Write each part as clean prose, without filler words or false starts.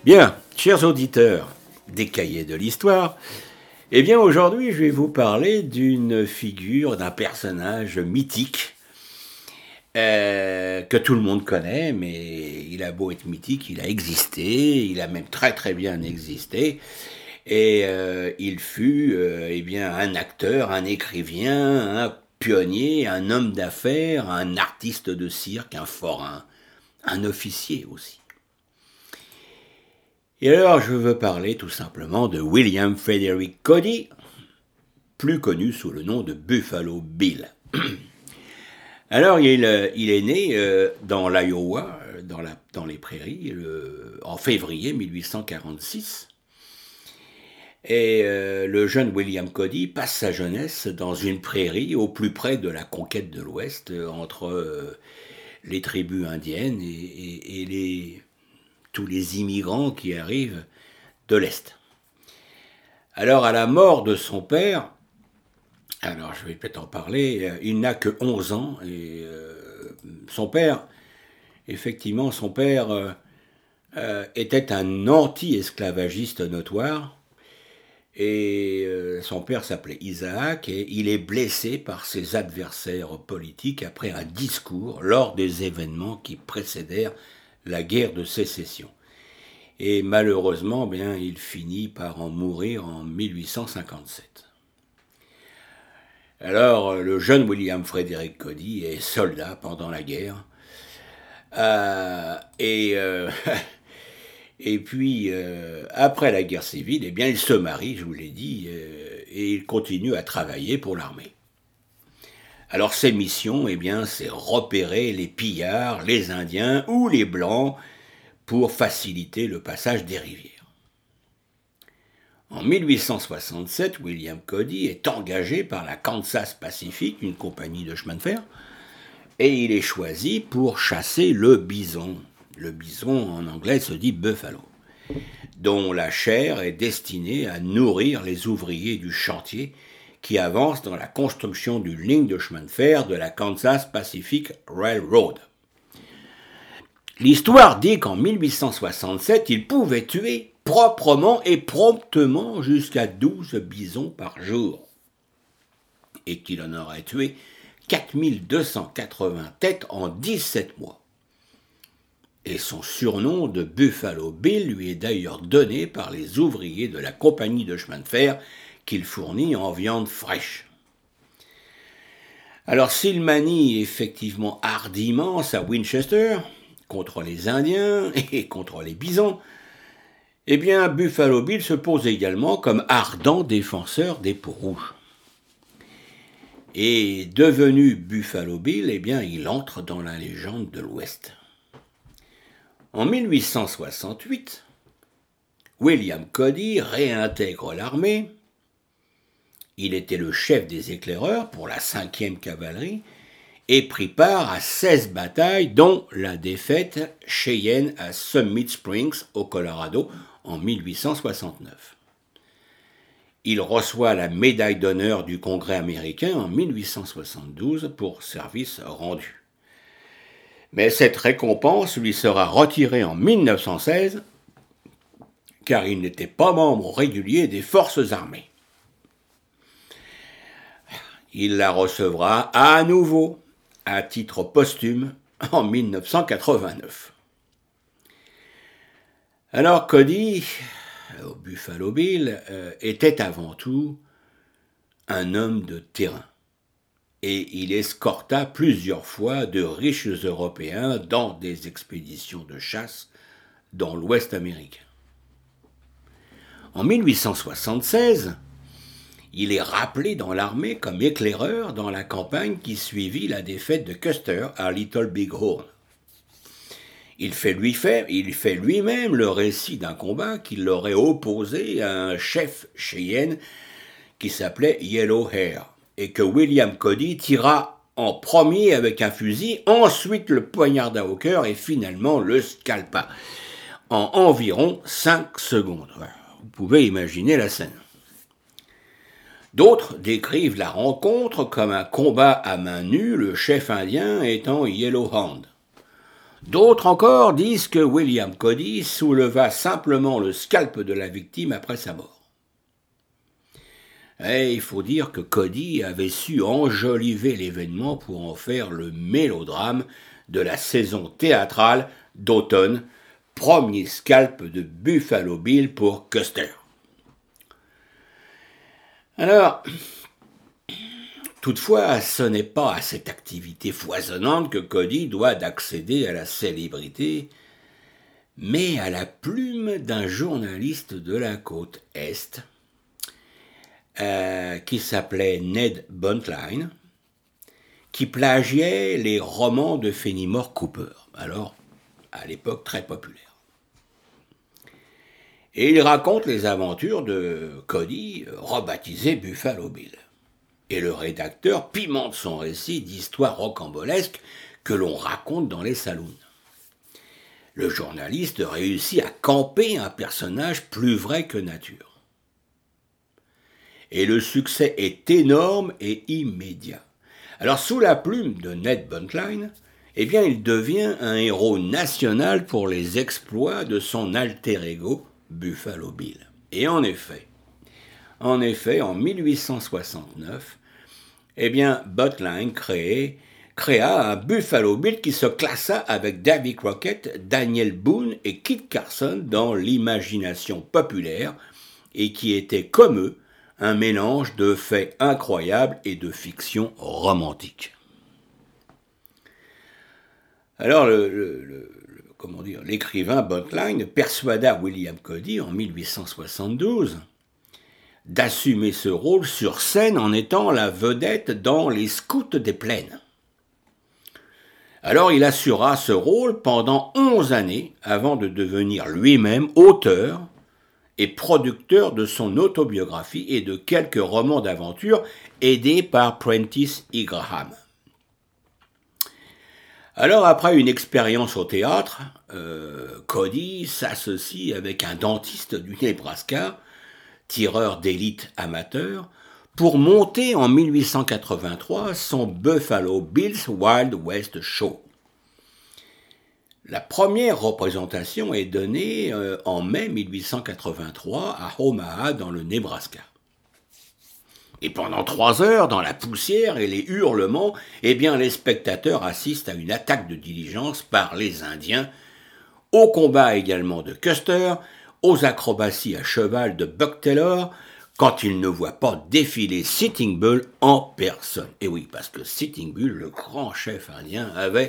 Bien, chers auditeurs des cahiers de l'histoire, eh bien aujourd'hui je vais vous parler d'une figure, d'un personnage mythique que tout le monde connaît, mais il a beau être mythique, il a existé, il a même très très bien existé, et il fut eh bien un acteur, un écrivain, un pionnier, un homme d'affaires, un artiste de cirque, un forain, un officier aussi. Et alors, je veux parler tout simplement de William Frederick Cody, plus connu sous le nom de Buffalo Bill. Alors, il est né dans l'Iowa, dans les prairies, en février 1846. Et le jeune William Cody passe sa jeunesse dans une prairie au plus près de la conquête de l'Ouest, entre les tribus indiennes et tous les immigrants qui arrivent de l'Est. Alors, à la mort de son père, alors je vais peut-être en parler, il n'a que 11 ans, et son père, effectivement, était un anti-esclavagiste notoire, et son père s'appelait Isaac, et il est blessé par ses adversaires politiques après un discours lors des événements qui précédèrent la guerre de sécession. Et malheureusement, bien, il finit par en mourir en 1857. Alors, le jeune William Frederick Cody est soldat pendant la guerre. Et puis, après la guerre civile, eh bien, il se marie, je vous l'ai dit, et il continue à travailler pour l'armée. Alors, ses missions, eh bien, c'est repérer les pillards, les Indiens ou les Blancs pour faciliter le passage des rivières. En 1867, William Cody est engagé par la Kansas Pacific, une compagnie de chemin de fer, et il est choisi pour chasser le bison. Le bison, en anglais, se dit buffalo, dont la chair est destinée à nourrir les ouvriers du chantier qui avancent dans la construction d'une ligne de chemin de fer de la Kansas Pacific Railroad. L'histoire dit qu'en 1867, il pouvait tuer proprement et promptement jusqu'à 12 bisons par jour, et qu'il en aurait tué 4280 têtes en 17 mois. Et son surnom de Buffalo Bill lui est d'ailleurs donné par les ouvriers de la compagnie de chemin de fer qu'il fournit en viande fraîche. Alors s'il manie effectivement hardiment sa Winchester contre les Indiens et contre les bisons, eh bien Buffalo Bill se pose également comme ardent défenseur des peaux-rouges. Et devenu Buffalo Bill, eh bien il entre dans la légende de l'Ouest. En 1868, William Cody réintègre l'armée. Il était le chef des éclaireurs pour la 5e cavalerie et prit part à 16 batailles, dont la défaite Cheyenne à Summit Springs, au Colorado, en 1869. Il reçoit la médaille d'honneur du Congrès américain en 1872 pour service rendu. Mais cette récompense lui sera retirée en 1916, car il n'était pas membre régulier des forces armées. Il la recevra à nouveau, à titre posthume, en 1989. Alors Cody, au Buffalo Bill, était avant tout un homme de terrain. Et il escorta plusieurs fois de riches Européens dans des expéditions de chasse dans l'Ouest américain. En 1876, il est rappelé dans l'armée comme éclaireur dans la campagne qui suivit la défaite de Custer à Little Big Horn. Il fait lui-même le récit d'un combat qui l'aurait opposé à un chef Cheyenne qui s'appelait Yellow Hair, et que William Cody tira en premier avec un fusil, ensuite le poignarda au cœur et finalement le scalpa, en environ 5 secondes. Vous pouvez imaginer la scène. D'autres décrivent la rencontre comme un combat à main nue, le chef indien étant Yellow Hand. D'autres encore disent que William Cody souleva simplement le scalp de la victime après sa mort. Et il faut dire que Cody avait su enjoliver l'événement pour en faire le mélodrame de la saison théâtrale d'automne, premier scalp de Buffalo Bill pour Custer. Alors, toutefois, ce n'est pas à cette activité foisonnante que Cody doit d'accéder à la célébrité, mais à la plume d'un journaliste de la côte Est, qui s'appelait Ned Buntline, qui plagiait les romans de Fenimore Cooper, alors à l'époque très populaire. Et il raconte les aventures de Cody, rebaptisé Buffalo Bill. Et le rédacteur pimente son récit d'histoires rocambolesques que l'on raconte dans les saloons. Le journaliste réussit à camper un personnage plus vrai que nature. Et le succès est énorme et immédiat. Alors, sous la plume de Ned Buntline, eh bien, il devient un héros national pour les exploits de son alter ego, Buffalo Bill. Et en effet, en 1869, eh bien, Buntline créa un Buffalo Bill qui se classa avec Davy Crockett, Daniel Boone et Kit Carson dans l'imagination populaire et qui était, comme eux, un mélange de faits incroyables et de fiction romantique. Alors, l'écrivain Buntline persuada William Cody en 1872 d'assumer ce rôle sur scène en étant la vedette dans Les Scouts des Plaines. Alors il assura ce rôle pendant 11 années avant de devenir lui-même auteur et producteur de son autobiographie et de quelques romans d'aventure aidé par Prentice E. Graham. Alors après une expérience au théâtre, Cody s'associe avec un dentiste du Nebraska, tireur d'élite amateur, pour monter en 1883 son Buffalo Bill's Wild West Show. La première représentation est donnée en mai 1883 à Omaha, dans le Nebraska. Et pendant 3 heures, dans la poussière et les hurlements, eh bien, les spectateurs assistent à une attaque de diligence par les Indiens, au combat également de Custer, aux acrobaties à cheval de Buck Taylor, quand ils ne voient pas défiler Sitting Bull en personne. Et oui, parce que Sitting Bull, le grand chef indien, avait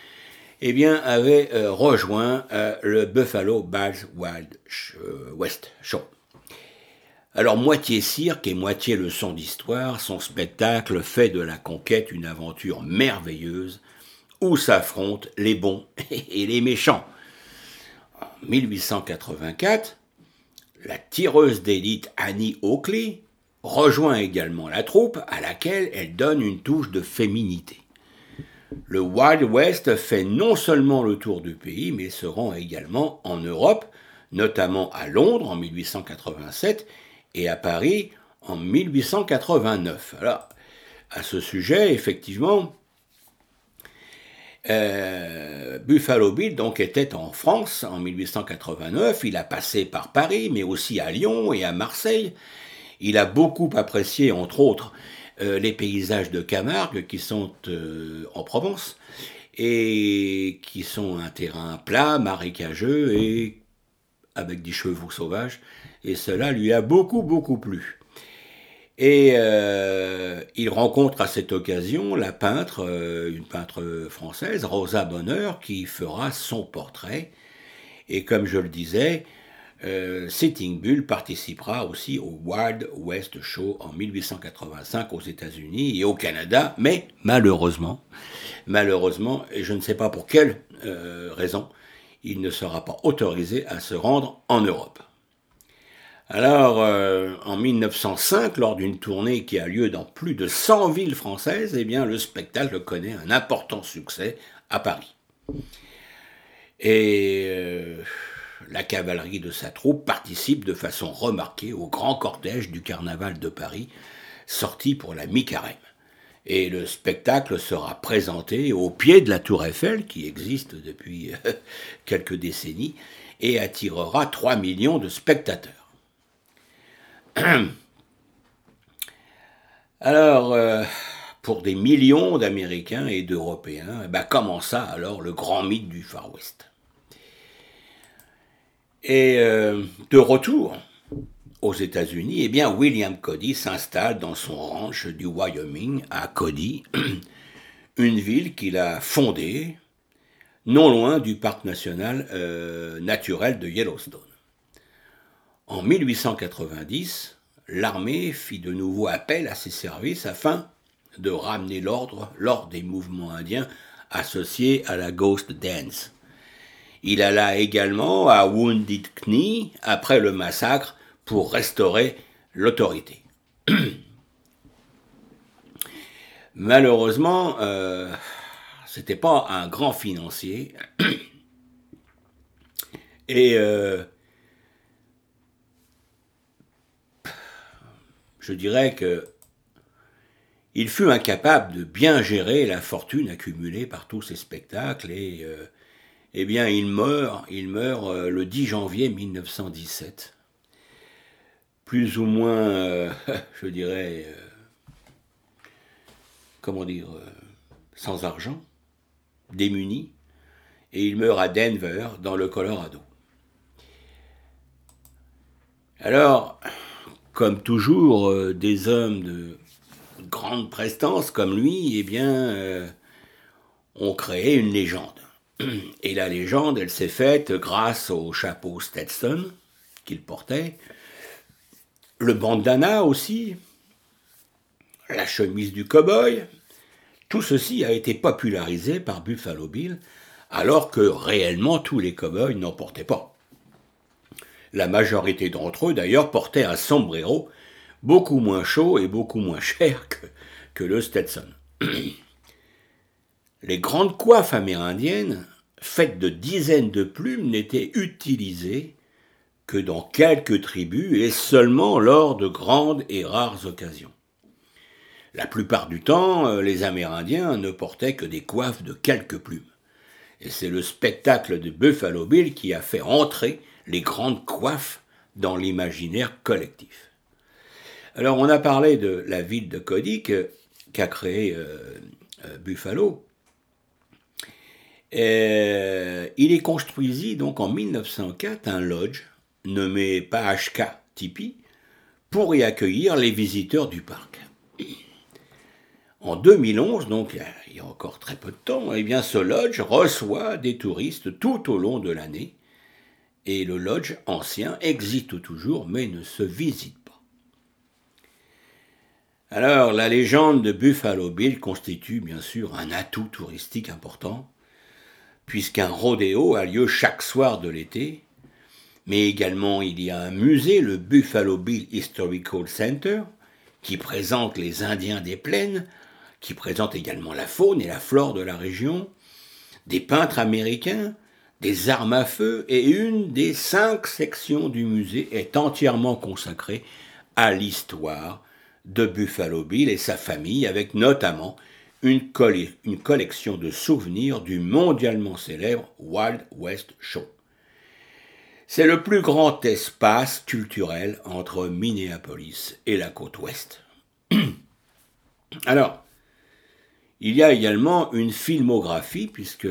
rejoint le Buffalo Bill's Wild West Show. Alors, moitié cirque et moitié leçon d'histoire, son spectacle fait de la conquête une aventure merveilleuse où s'affrontent les bons et les méchants. En 1884, la tireuse d'élite Annie Oakley rejoint également la troupe à laquelle elle donne une touche de féminité. Le Wild West fait non seulement le tour du pays, mais se rend également en Europe, notamment à Londres en 1887 et à Paris en 1889. Alors, à ce sujet, effectivement, Buffalo Bill donc était en France en 1889. Il a passé par Paris, mais aussi à Lyon et à Marseille. Il a beaucoup apprécié, entre autres, les paysages de Camargue qui sont en Provence et qui sont un terrain plat, marécageux et avec des chevaux sauvages. Et cela lui a beaucoup, beaucoup plu. Et il rencontre à cette occasion la peintre, une peintre française, Rosa Bonheur, qui fera son portrait. Et comme je le disais, Sitting Bull participera aussi au Wild West Show en 1885 aux États-Unis et au Canada, mais malheureusement, et je ne sais pas pour quelle raison, il ne sera pas autorisé à se rendre en Europe. Alors, en 1905, lors d'une tournée qui a lieu dans plus de 100 villes françaises, eh bien, le spectacle connaît un important succès à Paris. Et la cavalerie de sa troupe participe de façon remarquée au grand cortège du carnaval de Paris, sorti pour la mi-carême. Et le spectacle sera présenté au pied de la Tour Eiffel, qui existe depuis quelques décennies, et attirera 3 millions de spectateurs. Alors, pour des millions d'Américains et d'Européens, commença alors le grand mythe du Far West. Et de retour aux États-Unis, William Cody s'installe dans son ranch du Wyoming, à Cody, une ville qu'il a fondée non loin du parc national naturel de Yellowstone. En 1890, l'armée fit de nouveau appel à ses services afin de ramener l'ordre lors des mouvements indiens associés à la Ghost Dance. Il alla également à Wounded Knee après le massacre pour restaurer l'autorité. Malheureusement, c'était pas un grand financier et je dirais que il fut incapable de bien gérer la fortune accumulée par tous ces spectacles et il meurt le 10 janvier 1917. Plus ou moins, je dirais, sans argent, démuni, et il meurt à Denver, dans le Colorado. Alors, comme toujours, des hommes de grande prestance comme lui, ont créé une légende. Et la légende, elle s'est faite grâce au chapeau Stetson qu'il portait, le bandana aussi, la chemise du cow-boy. Tout ceci a été popularisé par Buffalo Bill, alors que réellement tous les cow-boys n'en portaient pas. La majorité d'entre eux, d'ailleurs, portaient un sombrero beaucoup moins chaud et beaucoup moins cher que le Stetson. Les grandes coiffes amérindiennes, faites de dizaines de plumes, n'étaient utilisées que dans quelques tribus et seulement lors de grandes et rares occasions. La plupart du temps, les Amérindiens ne portaient que des coiffes de quelques plumes. Et c'est le spectacle de Buffalo Bill qui a fait entrer les grandes coiffes dans l'imaginaire collectif. Alors, on a parlé de la ville de Cody qu'a créé Buffalo. Il y construisit donc en 1904 un lodge nommé Pahashka Tipi pour y accueillir les visiteurs du parc. En 2011, donc il y a encore très peu de temps, ce lodge reçoit des touristes tout au long de l'année et le lodge ancien existe toujours mais ne se visite pas. Alors, la légende de Buffalo Bill constitue bien sûr un atout touristique important, puisqu'un rodéo a lieu chaque soir de l'été, mais également il y a un musée, le Buffalo Bill Historical Center, qui présente les Indiens des plaines, qui présente également la faune et la flore de la région, des peintres américains, des armes à feu, et une des 5 sections du musée est entièrement consacrée à l'histoire de Buffalo Bill et sa famille, avec notamment une collection de souvenirs du mondialement célèbre Wild West Show. C'est le plus grand espace culturel entre Minneapolis et la côte ouest. Alors, il y a également une filmographie, puisque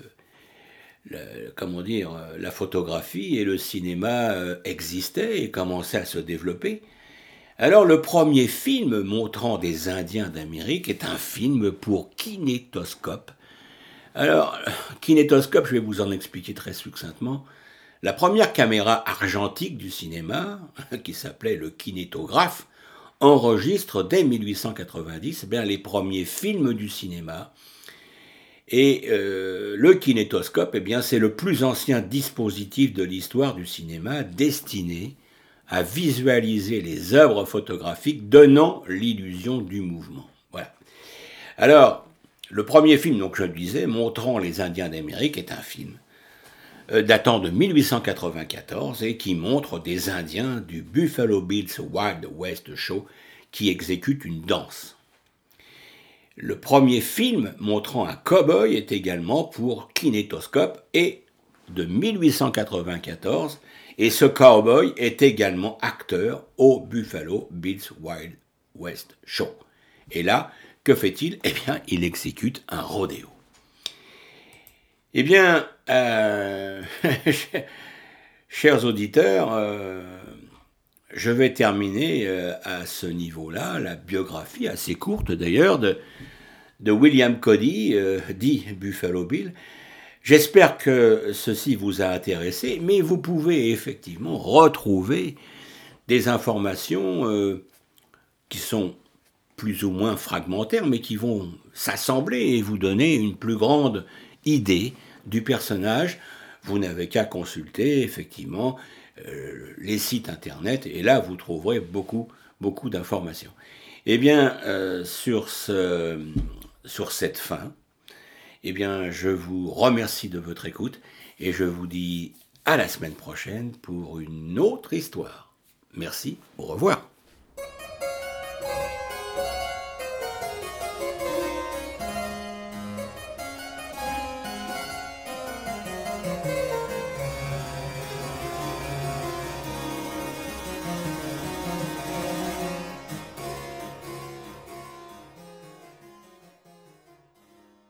la photographie et le cinéma existaient et commençaient à se développer. Alors, le premier film montrant des Indiens d'Amérique est un film pour kinétoscope. Alors, kinétoscope, je vais vous en expliquer très succinctement. La première caméra argentique du cinéma, qui s'appelait le kinétographe, enregistre dès 1890 les premiers films du cinéma. Et le kinétoscope, c'est le plus ancien dispositif de l'histoire du cinéma destiné à visualiser les œuvres photographiques donnant l'illusion du mouvement. Voilà. Alors, le premier film, donc je le disais, montrant les Indiens d'Amérique est un film datant de 1894 et qui montre des Indiens du Buffalo Bill's Wild West Show qui exécutent une danse. Le premier film montrant un cow-boy est également pour Kinétoscope et de 1894, et ce cow-boy est également acteur au Buffalo Bill's Wild West Show. Et là, que fait-il? Eh bien, il exécute un rodéo. Eh bien, chers auditeurs, je vais terminer à ce niveau-là la biographie assez courte d'ailleurs de William Cody, dit Buffalo Bill. J'espère que ceci vous a intéressé, mais vous pouvez effectivement retrouver des informations qui sont plus ou moins fragmentaires, mais qui vont s'assembler et vous donner une plus grande idée du personnage. Vous n'avez qu'à consulter effectivement les sites internet, et là vous trouverez beaucoup d'informations. Eh bien, sur cette fin, eh bien, je vous remercie de votre écoute et je vous dis à la semaine prochaine pour une autre histoire. Merci, au revoir.